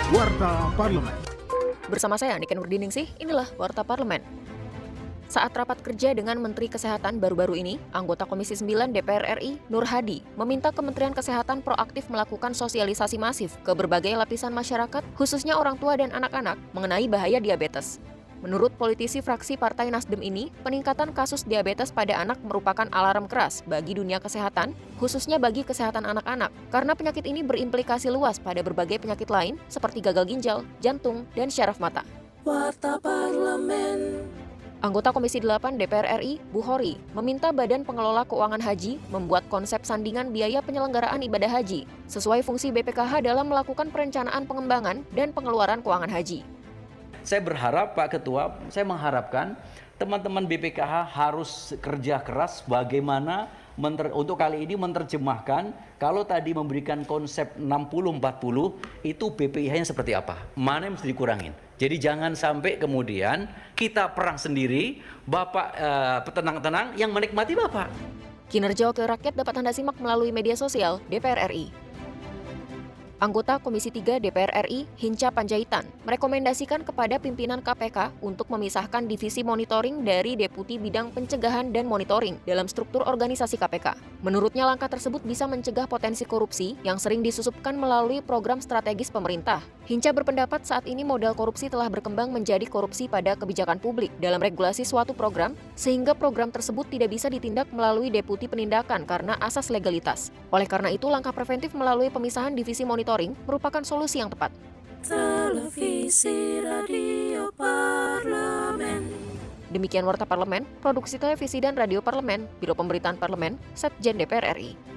Warta Parlemen. Bersama saya, Niken Nurdiningsih, inilah Warta Parlemen. Saat rapat kerja dengan Menteri Kesehatan baru-baru ini, anggota Komisi 9 DPR RI, Nur Hadi, meminta Kementerian Kesehatan proaktif melakukan sosialisasi masif ke berbagai lapisan masyarakat, khususnya orang tua dan anak-anak, mengenai bahaya diabetes. Menurut politisi fraksi Partai Nasdem ini, peningkatan kasus diabetes pada anak merupakan alarm keras bagi dunia kesehatan, khususnya bagi kesehatan anak-anak, karena penyakit ini berimplikasi luas pada berbagai penyakit lain seperti gagal ginjal, jantung, dan syaraf mata. Warta Parlemen. Anggota Komisi 8 DPR RI, Bu Hori, meminta Badan Pengelola Keuangan Haji membuat konsep sandingan biaya penyelenggaraan ibadah haji, sesuai fungsi BPKH dalam melakukan perencanaan pengembangan dan pengeluaran keuangan haji. Saya berharap Pak Ketua, saya mengharapkan teman-teman BPKH harus kerja keras bagaimana untuk kali ini menerjemahkan kalau tadi memberikan konsep 60-40 itu BPIH-nya seperti apa, mana yang mesti dikurangin. Jadi jangan sampai kemudian kita perang sendiri, Bapak tenang-tenang yang menikmati Bapak. Kinerja Wakil Rakyat dapat Anda simak melalui media sosial DPR RI. Anggota Komisi 3 DPR RI, Hinca Panjaitan, merekomendasikan kepada pimpinan KPK untuk memisahkan divisi monitoring dari Deputi Bidang Pencegahan dan Monitoring dalam struktur organisasi KPK. Menurutnya langkah tersebut bisa mencegah potensi korupsi yang sering disusupkan melalui program strategis pemerintah. Hinca berpendapat saat ini model korupsi telah berkembang menjadi korupsi pada kebijakan publik dalam regulasi suatu program, sehingga program tersebut tidak bisa ditindak melalui Deputi Penindakan karena asas legalitas. Oleh karena itu, langkah preventif melalui pemisahan divisi monitoring merupakan solusi yang tepat. Televisi Radio Parlemen. Demikian Warta Parlemen, Produksi Televisi dan Radio Parlemen, Biro Pemberitaan Parlemen, Setjen DPR RI.